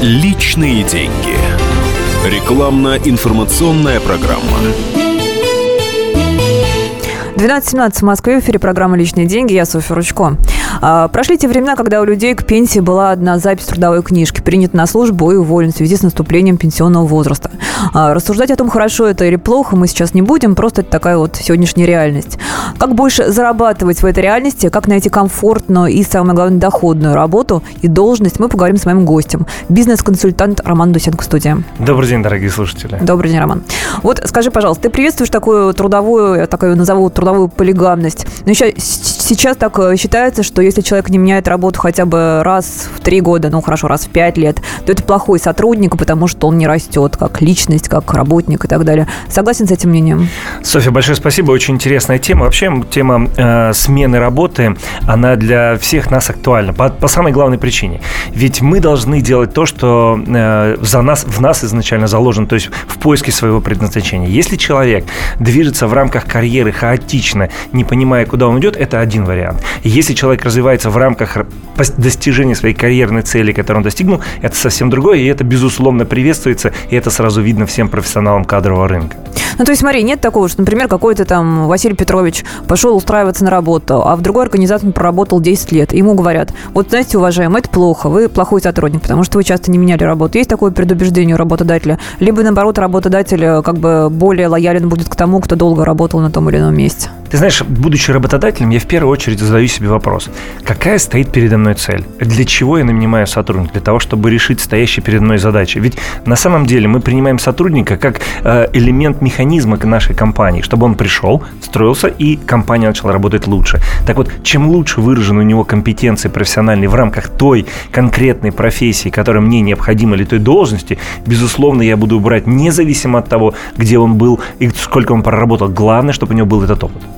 Личные деньги. Рекламно-информационная программа. 12:17 в Москве, в эфире программа «Личные деньги». Я Софья Ручко. Прошли те времена, когда у людей к пенсии была одна запись в трудовой книжке: принят на службу и уволен в связи с наступлением пенсионного возраста. Рассуждать о том, хорошо это или плохо, мы сейчас не будем, просто это такая вот сегодняшняя реальность. Как больше зарабатывать в этой реальности, как найти комфортную и, самое главное, доходную работу и должность, мы поговорим с моим гостем. Бизнес-консультант Роман Дусенко в студии. Добрый день, дорогие слушатели. Добрый день, Роман. Вот скажи, пожалуйста, ты приветствуешь такую трудовую, я так ее назову, трудовую полигамность? Но еще сейчас так считается, что если человек не меняет работу хотя бы раз в 3 года, ну хорошо, раз в 5 лет, то это плохой сотрудник, потому что он не растет как личность, как работник и так далее. Согласен с этим мнением? Софья, большое спасибо. Очень интересная тема. Вообще, тема смены работы, она для всех нас актуальна по самой главной причине. Ведь мы должны делать то, что в нас изначально заложено, то есть в поиске своего предназначения. Если человек движется в рамках карьеры хаотично, не понимая, куда он идет, это один вариант. Если человек развивается в рамках достижения своей карьерной цели, которую он достигнул, это совсем другое, и это, безусловно, приветствуется, и это сразу видно всем профессионалам кадрового рынка. Ну, то есть, смотри, нет такого, что, например, какой-то там Василий Петрович пошел устраиваться на работу, а в другой организации проработал 10 лет. Ему говорят: вот, знаете, уважаемый, это плохо, вы плохой сотрудник, потому что вы часто не меняли работу. Есть такое предубеждение у работодателя? Либо, наоборот, работодатель как бы более лоялен будет к тому, кто долго работал на том или ином месте? Ты знаешь, будучи работодателем, я в первую очередь задаю себе вопрос: какая стоит передо мной цель? Для чего я нанимаю сотрудника? Для того, чтобы решить стоящие передо мной задачи. Ведь на самом деле мы принимаем сотрудника как элемент механизма нашей компании, чтобы он пришел, встроился, и компания начала работать лучше. Так вот, чем лучше выражены у него компетенции профессиональные в рамках той конкретной профессии, которая мне необходима, или той должности, безусловно, я буду брать независимо от того, где он был и сколько он проработал. Главное, чтобы у него был этот опыт.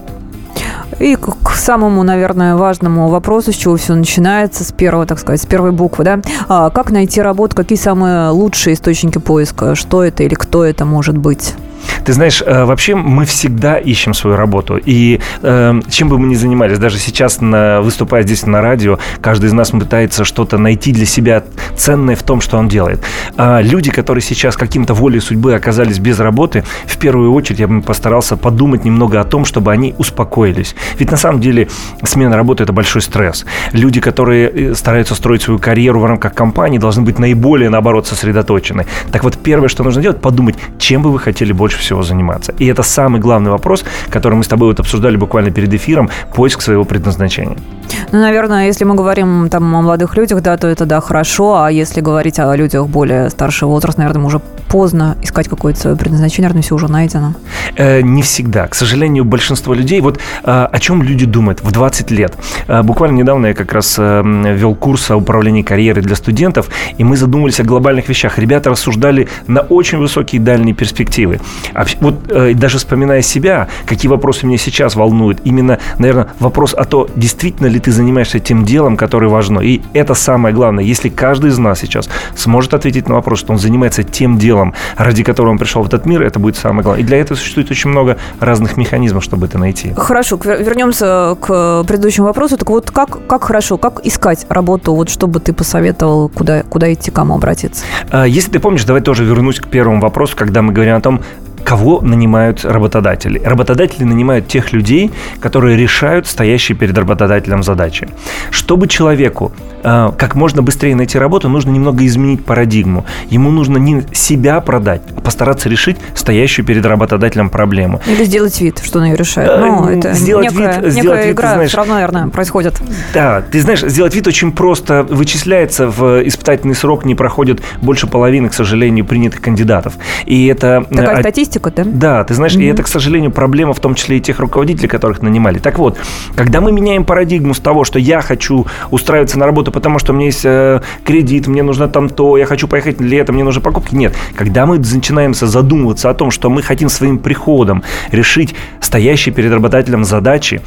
И к самому, наверное, важному вопросу, с чего все начинается, с первого, так сказать, с первой буквы, да? Как найти работу, какие самые лучшие источники поиска, что это или кто это может быть? Ты знаешь, вообще мы всегда ищем свою работу. И чем бы мы ни занимались, даже сейчас, выступая здесь на радио, каждый из нас пытается что-то найти для себя ценное в том, что он делает. Люди, которые сейчас каким-то волей судьбы оказались без работы, в первую очередь я бы постарался подумать немного о том, чтобы они успокоились. Ведь на самом деле смена работы – это большой стресс. Люди, которые стараются строить свою карьеру в рамках компании, должны быть наиболее, наоборот, сосредоточены. Так вот, первое, что нужно делать – подумать, чем бы вы хотели больше всего заниматься. И это самый главный вопрос, который мы с тобой вот обсуждали буквально перед эфиром: поиск своего предназначения. Ну, наверное, если мы говорим там о молодых людях, да, то это, да, хорошо. А если говорить о людях более старшего возраста, наверное, уже поздно искать какое-то свое предназначение, наверное, все уже найдено. Не всегда. К сожалению, большинство людей, вот о чем люди думают в 20 лет. Буквально недавно я как раз вел курс о управлении карьерой для студентов, и мы задумались о глобальных вещах. Ребята рассуждали на очень высокие дальние перспективы. Вот даже вспоминая себя, какие вопросы меня сейчас волнуют, именно, наверное, вопрос о том, действительно ли ты занимаешься тем делом, которое важно. И это самое главное. Если каждый из нас сейчас сможет ответить на вопрос, что он занимается тем делом, ради которого он пришел в этот мир, это будет самое главное. И для этого существует очень много разных механизмов, чтобы это найти. Хорошо, вернемся к предыдущему вопросу. Так вот, как хорошо, как искать работу, вот чтобы ты посоветовал, куда идти, кому обратиться? Если ты помнишь, давай тоже вернусь к первому вопросу, когда мы говорим о том, кого нанимают работодатели. Работодатели нанимают тех людей, которые решают стоящие перед работодателем задачи. Чтобы человеку как можно быстрее найти работу, нужно немного изменить парадигму. Ему нужно не себя продать, а постараться решить стоящую перед работодателем проблему. Или сделать вид, что он ее решает. Ну, это некая игра, знаешь, все равно, наверное, происходит. Да, ты знаешь, сделать вид очень просто вычисляется. В испытательный срок не проходит больше половины, к сожалению, принятых кандидатов. И это такая статистика, да? Да, ты знаешь, и это, к сожалению, проблема в том числе и тех руководителей, которых нанимали. Так вот, когда мы меняем парадигму с того, что я хочу устраиваться на работу, потому что у меня есть кредит, мне нужно там то, я хочу поехать летом, мне нужны покупки. Нет, когда мы начинаем задумываться о том, что мы хотим своим приходом решить стоящие перед работодателем задачи,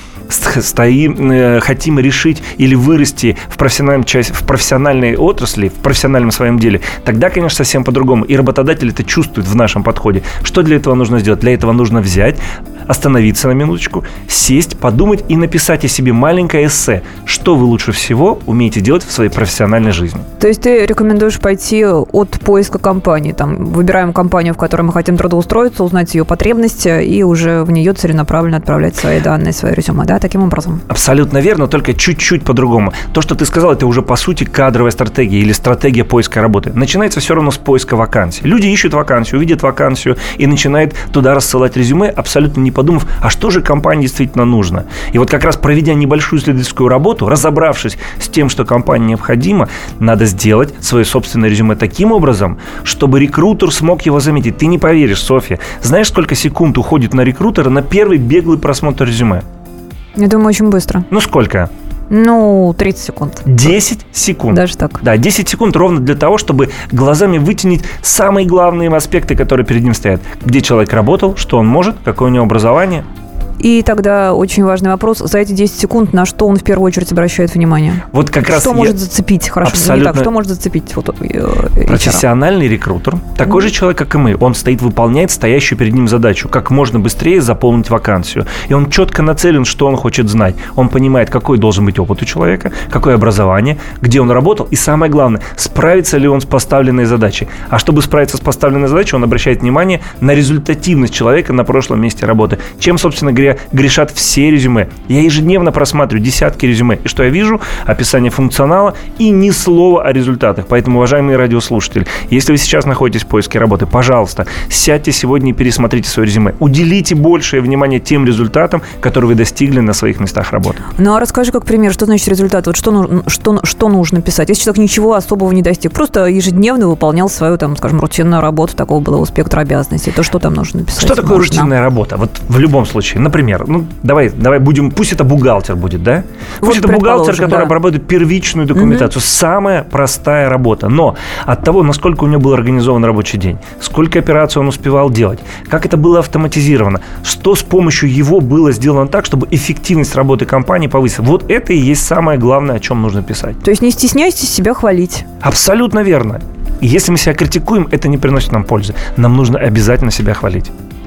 хотим решить или вырасти в профессиональной отрасли, в профессиональном своем деле, тогда, конечно, совсем по-другому. И работодатель это чувствует в нашем подходе. Что для этого нужно сделать? Для этого нужно взять, остановиться на минуточку, сесть, подумать и написать о себе маленькое эссе, что вы лучше всего умеете делать в своей профессиональной жизни. То есть ты рекомендуешь пойти от поиска компании, там, выбираем компанию, в которой мы хотим трудоустроиться, узнать ее потребности и уже в нее целенаправленно отправлять свои данные, свои резюме, да, таким образом? Абсолютно верно, только чуть-чуть по-другому. То, что ты сказал, это уже, по сути, кадровая стратегия или стратегия поиска работы. Начинается все равно с поиска вакансий. Люди ищут вакансию, увидят вакансию и начинают туда рассылать резюме, абсолютно не подумав, а что же компании действительно нужно. И вот как раз проведя небольшую исследовательскую работу, разобравшись с тем, что компании необходимо, надо сделать свое собственное резюме таким образом, чтобы рекрутер смог его заметить. Ты не поверишь, Софья, знаешь, сколько секунд уходит на рекрутера на первый беглый просмотр резюме? Я думаю, очень быстро. Ну, сколько? 30 секунд. 10 секунд. Даже так? Да, 10 секунд ровно для того, чтобы глазами вытянуть самые главные аспекты, которые перед ним стоят. Где человек работал, что он может, какое у него образование. И тогда очень важный вопрос. За эти 10 секунд на что он в первую очередь обращает внимание? Вот как раз что может зацепить? Хорошо, абсолютно... не так. Что может зацепить? Профессиональный рекрутер, такой же человек, как и мы. Он стоит, выполняет стоящую перед ним задачу. Как можно быстрее заполнить вакансию. И он четко нацелен, что он хочет знать. Он понимает, какой должен быть опыт у человека, какое образование, где он работал. И самое главное, справится ли он с поставленной задачей. А чтобы справиться с поставленной задачей, он обращает внимание на результативность человека на прошлом месте работы. Чем, собственно говоря, грешат все резюме. Я ежедневно просматриваю десятки резюме. И что я вижу? Описание функционала и ни слова о результатах. Поэтому, уважаемые радиослушатели, если вы сейчас находитесь в поиске работы, пожалуйста, сядьте сегодня и пересмотрите свое резюме. Уделите большее внимание тем результатам, которые вы достигли на своих местах работы. Ну, а расскажи, как пример, что значит результат? Вот что нужно писать? Если человек ничего особого не достиг, просто ежедневно выполнял свою, там, скажем, рутинную работу, такого было у спектра обязанностей, то что там нужно написать? Что такое рутинная работа? Вот в любом случае, например, давай будем, пусть это бухгалтер будет, да? Пусть это бухгалтер, который обрабатывает первичную документацию. Самая простая работа. Но от того, насколько у него был организован рабочий день, сколько операций он успевал делать, как это было автоматизировано, что с помощью его было сделано так, чтобы эффективность работы компании повысилась. Вот это и есть самое главное, о чем нужно писать. То есть не стесняйтесь себя хвалить. Абсолютно верно. И если мы себя критикуем, это не приносит нам пользы. Нам нужно обязательно себя хвалить.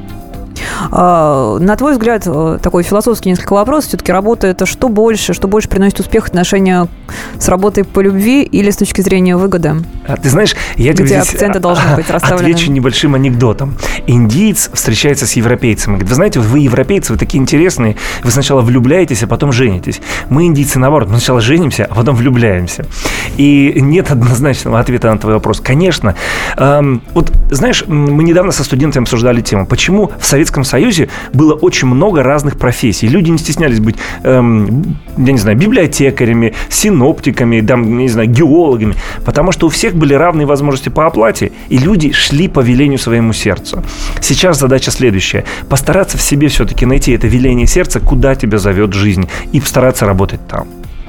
На твой взгляд, такой философский несколько вопрос. Все-таки работа – это что больше приносит успех, отношения с работой по любви или с точки зрения выгоды? Ты знаешь, я тебе здесь акценты должны быть расставлены. Отвечу небольшим анекдотом. Индиец встречается с европейцем. Говорит, вы знаете, вы европейцы, вы такие интересные. Вы сначала влюбляетесь, а потом женитесь. Мы, индийцы, наоборот, мы сначала женимся, а потом влюбляемся. И нет однозначного ответа на твой вопрос. Конечно. Вот, знаешь, мы недавно со студентами обсуждали тему, почему в Советском Союзе было очень много разных профессий. Люди не стеснялись быть, я не знаю, библиотекарями, синоптиками, геологами, потому что у всех были равные возможности по оплате, и люди шли по велению своему сердцу. Сейчас задача следующая. Постараться в себе все-таки найти это веление сердца, куда тебя зовет жизнь, и постараться работать там.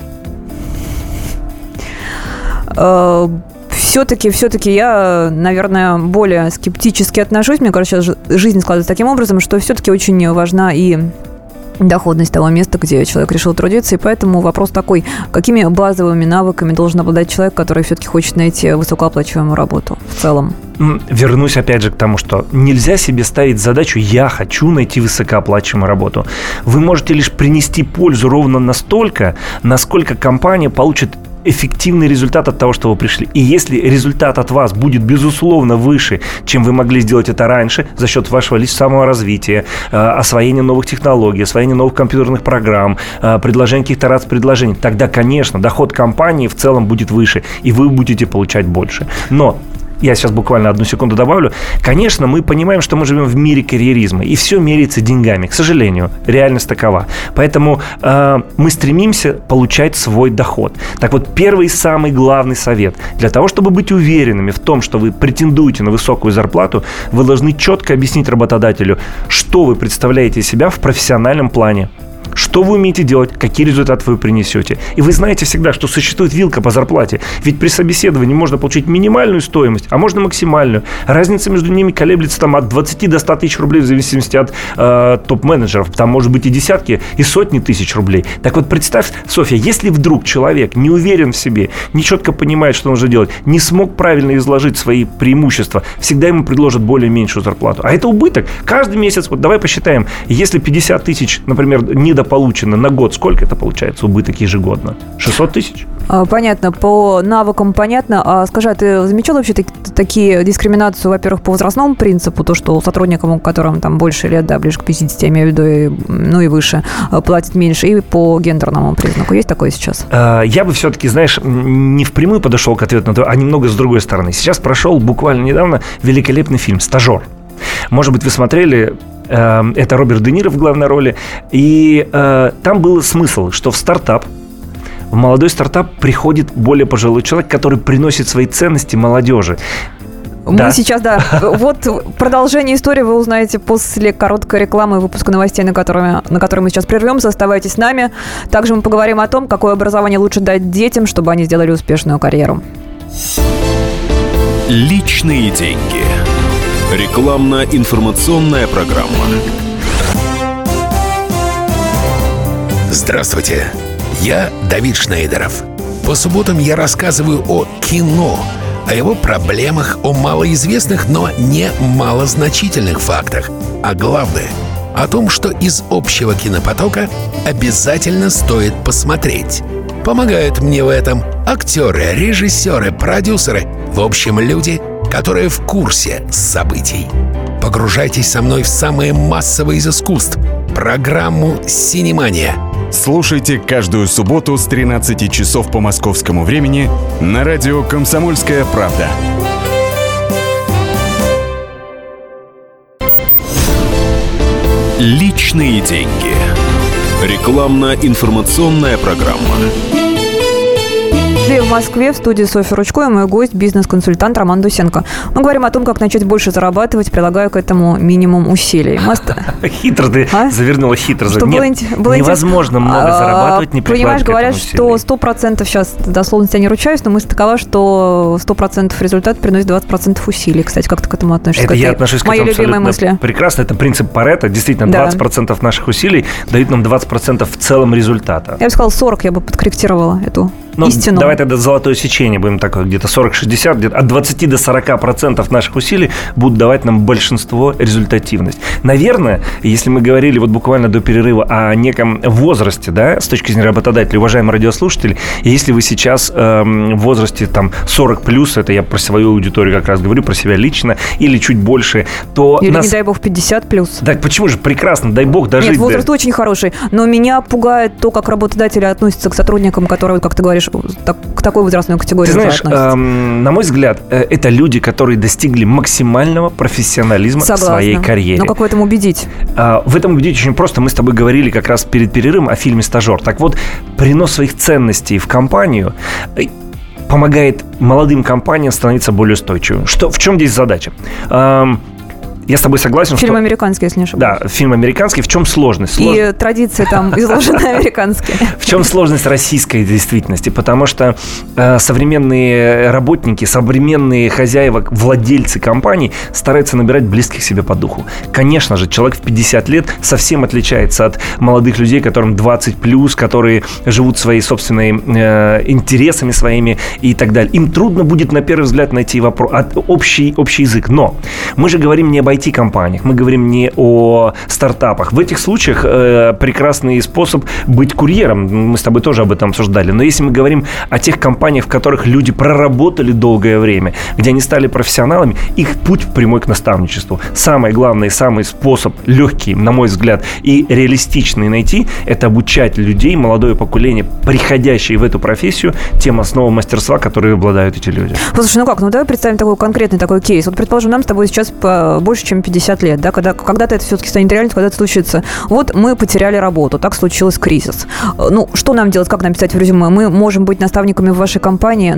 Все-таки я, наверное, более скептически отношусь. Мне кажется, сейчас жизнь складывается таким образом, что все-таки очень важна и доходность того места, где человек решил трудиться. И поэтому вопрос такой, какими базовыми навыками должен обладать человек, который все-таки хочет найти высокооплачиваемую работу в целом? Вернусь опять же к тому, что нельзя себе ставить задачу «я хочу найти высокооплачиваемую работу». Вы можете лишь принести пользу ровно настолько, насколько компания получит эффективный результат от того, что вы пришли. И если результат от вас будет, безусловно, выше, чем вы могли сделать это раньше, за счет вашего личного саморазвития, освоения новых технологий, освоения новых компьютерных программ, предложения каких-то предложений, тогда, конечно, доход компании в целом будет выше, и вы будете получать больше. Но я сейчас буквально 1 секунду добавлю. Конечно, мы понимаем, что мы живем в мире карьеризма, и все меряется деньгами. К сожалению, реальность такова. Поэтому мы стремимся получать свой доход. Так вот, первый и самый главный совет. Для того, чтобы быть уверенными в том, что вы претендуете на высокую зарплату, вы должны четко объяснить работодателю, что вы представляете из себя в профессиональном плане. что вы умеете делать, какие результаты вы принесете. И вы знаете всегда, что существует вилка по зарплате. Ведь при собеседовании можно получить минимальную стоимость, а можно максимальную. Разница между ними колеблется там, от 20 до 100 тысяч рублей в зависимости от топ-менеджеров. Там может быть и десятки, и сотни тысяч рублей. Так вот, представь, Софья, если вдруг человек не уверен в себе, не четко понимает, что нужно делать, не смог правильно изложить свои преимущества, всегда ему предложат более меньшую зарплату. А это убыток. Каждый месяц, вот давай посчитаем, если 50 тысяч, например, недополучено на год, сколько это получается убыток ежегодно? 600 тысяч? Понятно, по навыкам понятно. А скажи, а ты замечал вообще такие дискриминацию, во-первых, по возрастному принципу, то, что сотрудникам, которым там больше лет, да, ближе к 50, я имею в виду, ну и выше, платят меньше, и по гендерному признаку? Есть такое сейчас? Я бы все-таки, знаешь, не впрямую подошел к ответу на то, а немного с другой стороны. Сейчас прошел буквально недавно великолепный фильм «Стажер». Может быть, вы смотрели... Это Роберт Де Ниро в главной роли. И там был смысл, что в молодой стартап приходит более пожилой человек, который приносит свои ценности молодежи. Мы сейчас, вот продолжение истории вы узнаете после короткой рекламы и выпуска новостей, на которой мы сейчас прервемся. Оставайтесь с нами. Также мы поговорим о том, какое образование лучше дать детям, чтобы они сделали успешную карьеру. Личные деньги. Рекламно-информационная программа. Здравствуйте, я Давид Шнейдеров. По субботам я рассказываю о кино, о его проблемах, о малоизвестных, но не малозначительных фактах. А главное, о том, что из общего кинопотока обязательно стоит посмотреть. Помогают мне в этом актеры, режиссеры, продюсеры, в общем, люди, которые в курсе событий. Погружайтесь со мной в самое массовое из искусств — программу «Синемания». Слушайте каждую субботу с 13 часов по московскому времени на радио «Комсомольская правда». Личные деньги. Рекламно-информационная программа. В Москве в студии Софья Ручко и мой гость, бизнес-консультант Роман Дусенко. Мы говорим о том, как начать больше зарабатывать, прилагая к этому минимум усилий. Хитро ты завернула, хитро. Невозможно много зарабатывать, не прикладывать к этому говорят, что 100% сейчас, дословно я не ручаюсь, но мысль такова, что 100% результат приносит 20% усилий. Кстати, как ты к этому относишься? Это я отношусь к этому абсолютно прекрасно. Это принцип Парето. Действительно, 20% наших усилий дают нам 20% в целом результата. Я бы сказала 40, я бы подкорректировала эту истину. Давай тогда золотое сечение будем такое, где-то 40-60, где-то от 20 до 40% наших усилий будут давать нам большинство результативность. Наверное, если мы говорили вот буквально до перерыва о неком возрасте, да, с точки зрения работодателя, уважаемые радиослушатели, если вы сейчас в возрасте там 40+, это я про свою аудиторию как раз говорю, про себя лично, или чуть больше, то... Или, не дай бог, 50+. Так почему же? Прекрасно, дай бог дожить. Нет, возраст очень хороший, но меня пугает то, как работодатели относятся к сотрудникам, которые, как ты говоришь, к такой возрастной категории. Ты знаешь, на мой взгляд, это люди, которые достигли максимального профессионализма в своей карьере. Но как в этом убедить? В этом убедить очень просто. Мы с тобой говорили как раз перед перерывом о фильме «Стажер». Так вот, перенос своих ценностей в компанию помогает молодым компаниям становиться более устойчивыми. В чем здесь задача? Я с тобой согласен, фильм американский, если не ошибаюсь. Да, фильм американский. В чем сложность? И традиции там изложены американские. В чем сложность российской действительности? Потому что современные работники, современные хозяева, владельцы компаний стараются набирать близких себе по духу. Конечно же, человек в 50 лет совсем отличается от молодых людей, которым 20+, которые живут своими собственными интересами своими и так далее. Им трудно будет на первый взгляд найти общий язык. Но мы же говорим не об IT-компаниях, мы говорим не о стартапах. В этих случаях прекрасный способ быть курьером. Мы с тобой тоже об этом обсуждали. Но если мы говорим о тех компаниях, в которых люди проработали долгое время, где они стали профессионалами, их путь прямой к наставничеству. Самый главный, самый способ легкий, на мой взгляд, и реалистичный найти, это обучать людей, молодое поколение, приходящее в эту профессию, тем основам мастерства, которые обладают эти люди. Слушай, давай представим такой конкретный такой кейс. Вот, предположим, нам с тобой сейчас больше, чем 50 лет, да, когда-то это все-таки станет реальностью, когда это случится. Вот мы потеряли работу, так случилось кризис. Что нам делать, как нам писать в резюме? Мы можем быть наставниками в вашей компании,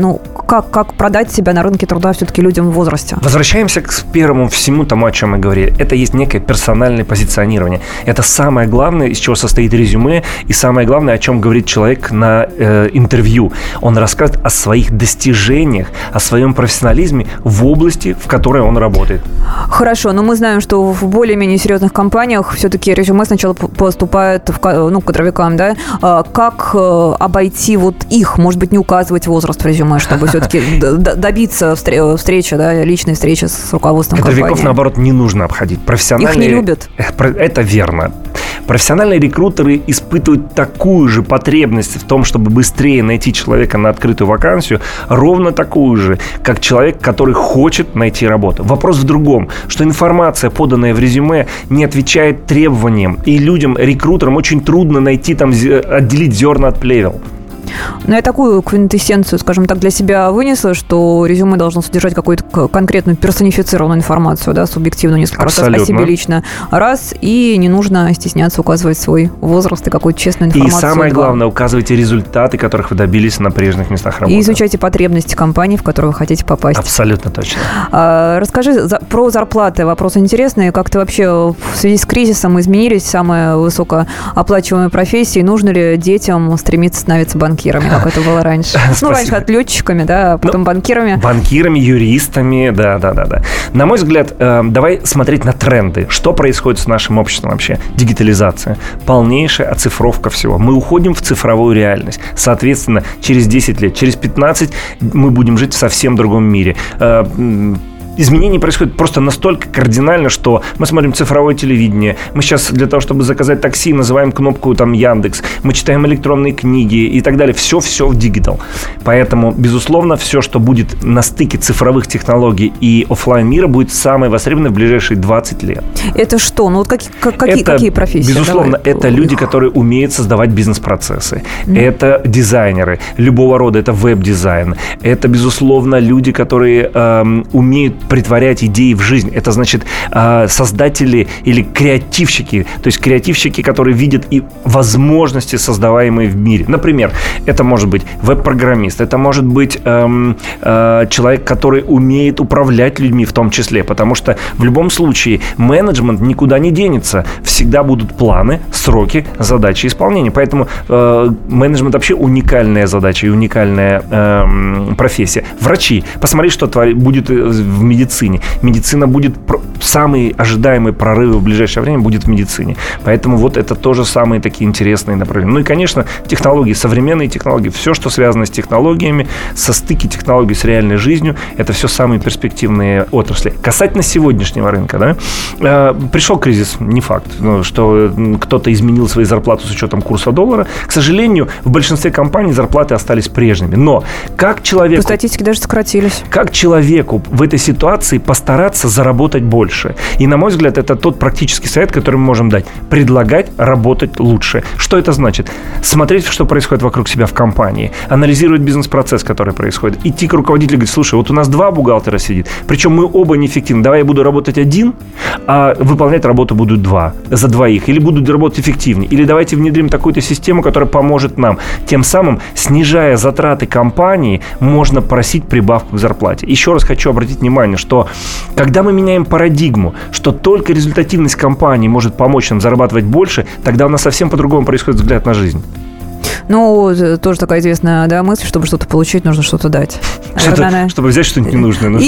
как продать себя на рынке труда все-таки людям в возрасте? Возвращаемся к первому всему тому, о чем мы говорили. Это есть некое персональное позиционирование. Это самое главное, из чего состоит резюме, и самое главное, о чем говорит человек на интервью. Он рассказывает о своих достижениях, о своем профессионализме в области, в которой он работает. Хорошо, но мы знаем, что в более-менее серьезных компаниях все-таки резюме сначала поступает к кадровикам, да? Как обойти вот их, может быть, не указывать возраст в резюме, чтобы все-таки добиться встречи, да, личной встречи с руководством компании? Кадровиков, наоборот, не нужно обходить. Их не любят. Это верно. Профессиональные рекрутеры испытывают такую же потребность в том, чтобы быстрее найти человека на открытую вакансию, ровно такую же, как человек, который хочет найти работу. Вопрос в другом, что информация, поданная в резюме, не отвечает требованиям, и людям, рекрутерам, очень трудно найти там, отделить зерна от плевел. Но я такую квинтэссенцию, скажем так, для себя вынесла, что резюме должно содержать какую-то конкретную персонифицированную информацию, да, субъективную, несколько раз о себе лично. Раз, и не нужно стесняться указывать свой возраст и какую-то честную информацию. И самое главное, указывайте результаты, которых вы добились на прежних местах работы. И изучайте потребности компании, в которую вы хотите попасть. Абсолютно точно. Расскажи про зарплаты. Вопрос интересный. Как-то вообще в связи с кризисом изменились самые высокооплачиваемые профессии? Нужно ли детям стремиться становиться банкирами, как это было раньше? Раньше отлетчиками, да, а потом банкирами. Банкирами, юристами, да. На мой взгляд, давай смотреть на тренды. Что происходит с нашим обществом вообще? Дигитализация, полнейшая оцифровка всего. Мы уходим в цифровую реальность. Соответственно, через 10 лет, через 15 мы будем жить в совсем другом мире. Изменения происходят просто настолько кардинально, что мы смотрим цифровое телевидение. Мы сейчас для того, чтобы заказать такси, называем кнопку там Яндекс. Мы читаем электронные книги и так далее. Все в диджитал. Поэтому, безусловно, все, что будет на стыке цифровых технологий и офлайн мира, будет самое востребованное в ближайшие 20 лет. Это что? Ну вот какие профессии? Безусловно, это люди, которые умеют создавать бизнес-процессы. Это дизайнеры любого рода. Это веб-дизайн. Это, безусловно, люди, которые умеют притворять идеи в жизнь. Это значит создатели или креативщики. То есть креативщики, которые видят и возможности, создаваемые в мире. Например, это может быть веб-программист, это может быть человек, который умеет управлять людьми в том числе. Потому что в любом случае менеджмент никуда не денется. Всегда будут планы, сроки, задачи исполнения. Поэтому менеджмент вообще уникальная задача и уникальная профессия. Врачи. Посмотри, что будет в медицине. Медицина будет... Самые ожидаемые прорывы в ближайшее время будет в медицине. Поэтому вот это тоже самые такие интересные направления. Ну и, конечно, технологии, современные технологии. Все, что связано с технологиями, со стыки технологий с реальной жизнью, это все самые перспективные отрасли. Касательно сегодняшнего рынка, да, пришел кризис, не факт, что кто-то изменил свои зарплаты с учетом курса доллара. К сожалению, в большинстве компаний зарплаты остались прежними. Но как человеку... По статистике даже сократились. Как человеку в этой ситуации постараться заработать больше? И, на мой взгляд, это тот практический совет, который мы можем дать. Предлагать работать лучше. Что это значит? Смотреть, что происходит вокруг себя в компании. Анализировать бизнес-процесс, который происходит. Идти к руководителю и говорить: слушай, вот у нас 2 бухгалтера сидит, причем мы оба неэффективны. Давай я буду работать 1, а выполнять работу будут 2 за 2. Или будут работать эффективнее. Или давайте внедрим такую-то систему, которая поможет нам. Тем самым, снижая затраты компании, можно просить прибавку к зарплате. Еще раз хочу обратить внимание, что когда мы меняем парадигму, что только результативность компании может помочь нам зарабатывать больше, тогда у нас совсем по-другому происходит взгляд на жизнь. Ну, тоже такая известная, да, мысль, чтобы что-то получить, нужно что-то дать. Чтобы взять что-нибудь ненужное.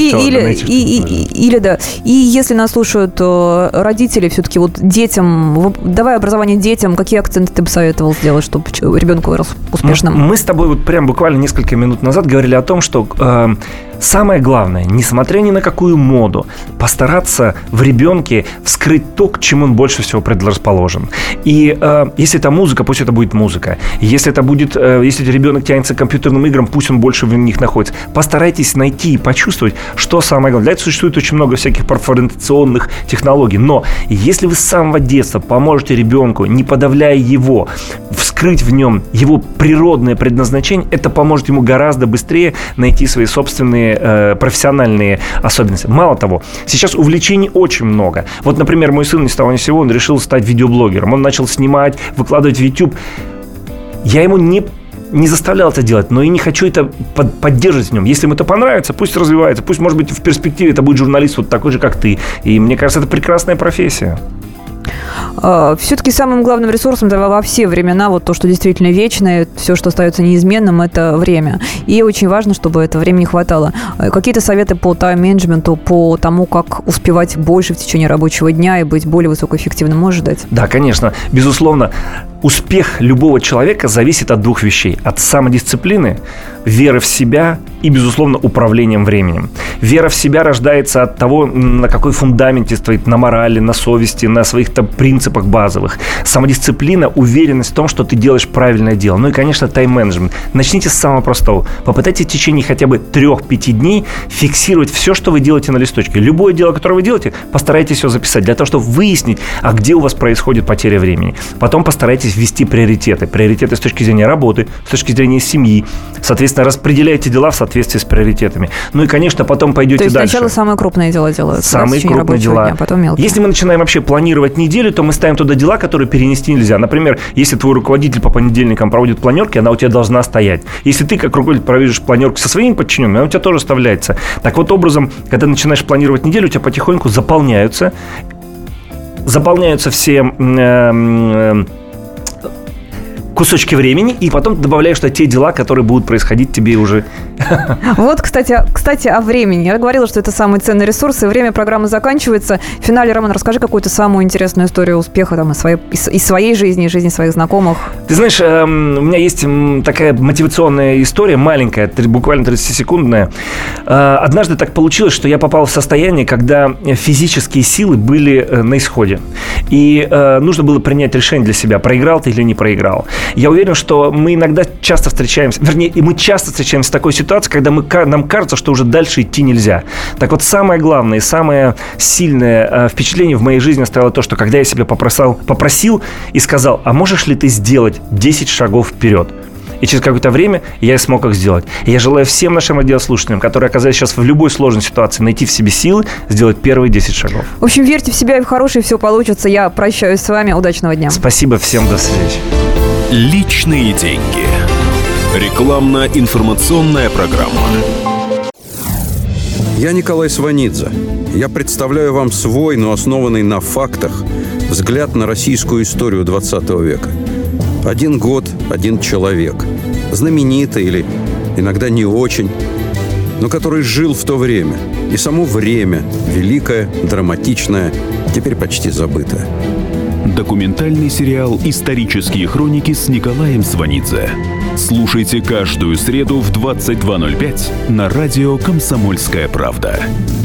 Или да. И если нас слушают родители, все-таки вот детям, давай образование детям, какие акценты ты бы советовал сделать, чтобы ребенок вырос успешным? Мы с тобой вот прям буквально несколько минут назад говорили о том, что самое главное, несмотря ни на какую моду, постараться в ребенке вскрыть то, к чему он больше всего предрасположен. И если это музыка, пусть это будет музыка. Если это будет, если ребенок тянется к компьютерным играм, пусть он больше в них находится. Постарайтесь найти и почувствовать, что самое главное. Для этого существует очень много всяких перфорационных технологий. Но если вы с самого детства поможете ребенку, не подавляя его, вскрыть в нем его природное предназначение, это поможет ему гораздо быстрее найти свои собственные профессиональные особенности. Мало того, сейчас увлечений очень много. Вот, например, мой сын ни с того ни с сего, он решил стать видеоблогером. Он начал снимать, выкладывать в YouTube. Я ему не не заставлял это делать, но и не хочу это поддерживать в нем. Если ему это понравится, пусть развивается, пусть, может быть, в перспективе это будет журналист вот такой же, как ты. И мне кажется, это прекрасная профессия. Все-таки самым главным ресурсом во все времена, вот то, что действительно вечное, все, что остается неизменным, это время. И очень важно, чтобы это времени хватало. Какие-то советы по тайм-менеджменту, по тому, как успевать больше в течение рабочего дня и быть более высокоэффективным, можешь дать? Да, конечно. Безусловно, успех любого человека зависит от двух вещей. От самодисциплины, веры в себя и, безусловно, управлением временем. Вера в себя рождается от того, на какой фундаменте стоит, на морали, на совести, на своих-то принципах базовых. Самодисциплина, уверенность в том, что ты делаешь правильное дело. Ну и, конечно, тайм-менеджмент. Начните с самого простого. Попытайтесь в течение хотя бы 3-5 дней фиксировать все, что вы делаете на листочке. Любое дело, которое вы делаете, постарайтесь его записать, для того, чтобы выяснить, а где у вас происходит потеря времени. Потом постарайтесь ввести приоритеты. Приоритеты с точки зрения работы, с точки зрения семьи. Соответственно, распределяйте дела в соответствии с приоритетами. Ну и, конечно, потом пойдете дальше. То есть сначала самые крупные дела делаются. Самые крупные дела. Дня, потом мелкие. Если мы начинаем вообще планировать неделю, то мы ставим туда дела, которые перенести нельзя. Например, если твой руководитель по понедельникам проводит планерки, она у тебя должна стоять. Если ты, как руководитель, проводишь планерки со своими подчиненными, она у тебя тоже оставляется. Так вот, образом, когда начинаешь планировать неделю, у тебя потихоньку заполняются все кусочки времени, и потом добавляешь туда те дела, которые будут происходить тебе уже. Вот, кстати, о времени. Я говорила, что это самый ценный ресурс, и время программы заканчивается. В финале, Роман, расскажи какую-то самую интересную историю успеха там, из своей жизни, из жизни своих знакомых. Ты знаешь, у меня есть такая мотивационная история, маленькая, буквально 30-секундная. Однажды так получилось, что я попал в состояние, когда физические силы были на исходе. И нужно было принять решение для себя, проиграл ты или не проиграл. Я уверен, что мы иногда часто встречаемся, мы часто встречаемся с такой ситуацией, когда нам кажется, что уже дальше идти нельзя. Так вот, самое главное и самое сильное впечатление в моей жизни оставило то, что когда я себя попросил и сказал, а можешь ли ты сделать 10 шагов вперед? И через какое-то время я смог их сделать. И я желаю всем нашим радиослушателям, которые оказались сейчас в любой сложной ситуации, найти в себе силы, сделать первые 10 шагов. В общем, верьте в себя и в хорошее, все получится. Я прощаюсь с вами. Удачного дня. Спасибо всем. До встречи. Личные деньги. Рекламно-информационная программа. Я Николай Сванидзе. Я представляю вам свой, но основанный на фактах, взгляд на российскую историю 20 века. 1 год, 1 человек. Знаменитый или иногда не очень, но который жил в то время. И само время, великое, драматичное, теперь почти забытое. Документальный сериал «Исторические хроники» с Николаем Сванидзе. Слушайте каждую среду в 22:05 на радио «Комсомольская правда».